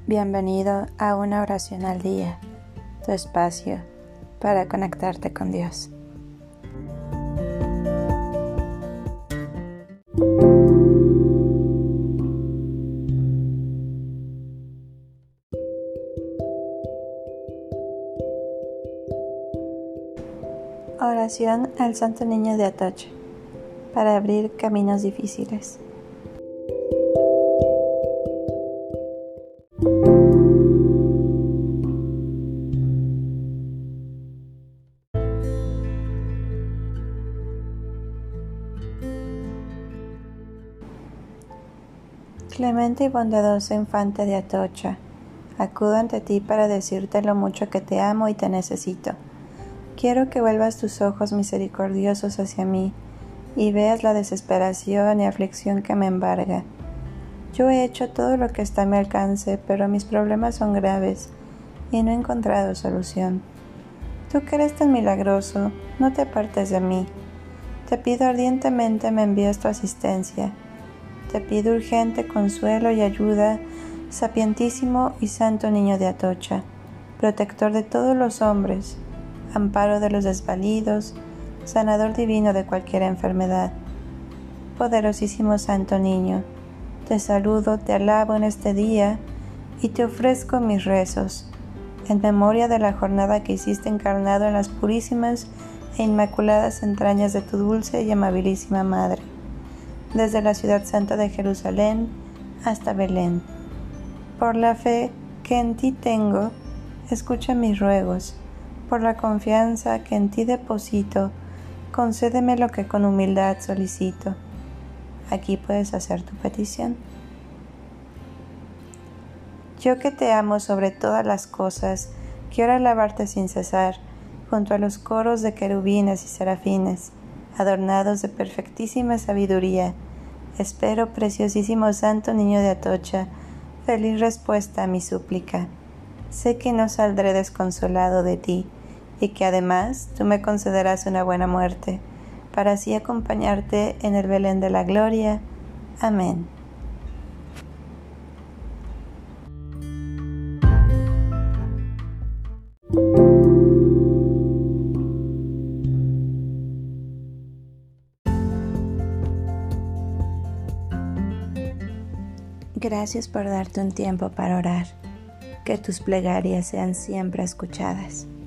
Bienvenido a una oración al día, tu espacio para conectarte con Dios. Oración al Santo Niño de Atocha, para abrir caminos difíciles. Clemente y bondadoso Infante de Atocha, acudo ante ti para decirte lo mucho que te amo y te necesito. Quiero que vuelvas tus ojos misericordiosos hacia mí y veas la desesperación y aflicción que me embarga. Yo he hecho todo lo que está a mi alcance, pero mis problemas son graves y no he encontrado solución. Tú que eres tan milagroso, no te apartes de mí. Te pido ardientemente me envíes tu asistencia. Te pido urgente consuelo y ayuda, sapientísimo y santo Niño de Atocha, protector de todos los hombres, amparo de los desvalidos, sanador divino de cualquier enfermedad. Poderosísimo Santo Niño, te saludo, te alabo en este día y te ofrezco mis rezos, en memoria de la jornada que hiciste encarnado en las purísimas e inmaculadas entrañas de tu dulce y amabilísima Madre, desde la ciudad santa de Jerusalén hasta Belén. Por la fe que en ti tengo, escucha mis ruegos. Por la confianza que en ti deposito, concédeme lo que con humildad solicito. Aquí puedes hacer tu petición. Yo que te amo sobre todas las cosas, quiero alabarte sin cesar, junto a los coros de querubines y serafines, adornados de perfectísima sabiduría. Espero, preciosísimo Santo Niño de Atocha, feliz respuesta a mi súplica. Sé que no saldré desconsolado de ti, y que además tú me concederás una buena muerte, para así acompañarte en el Belén de la gloria. Amén. Gracias por darte un tiempo para orar. Que tus plegarias sean siempre escuchadas.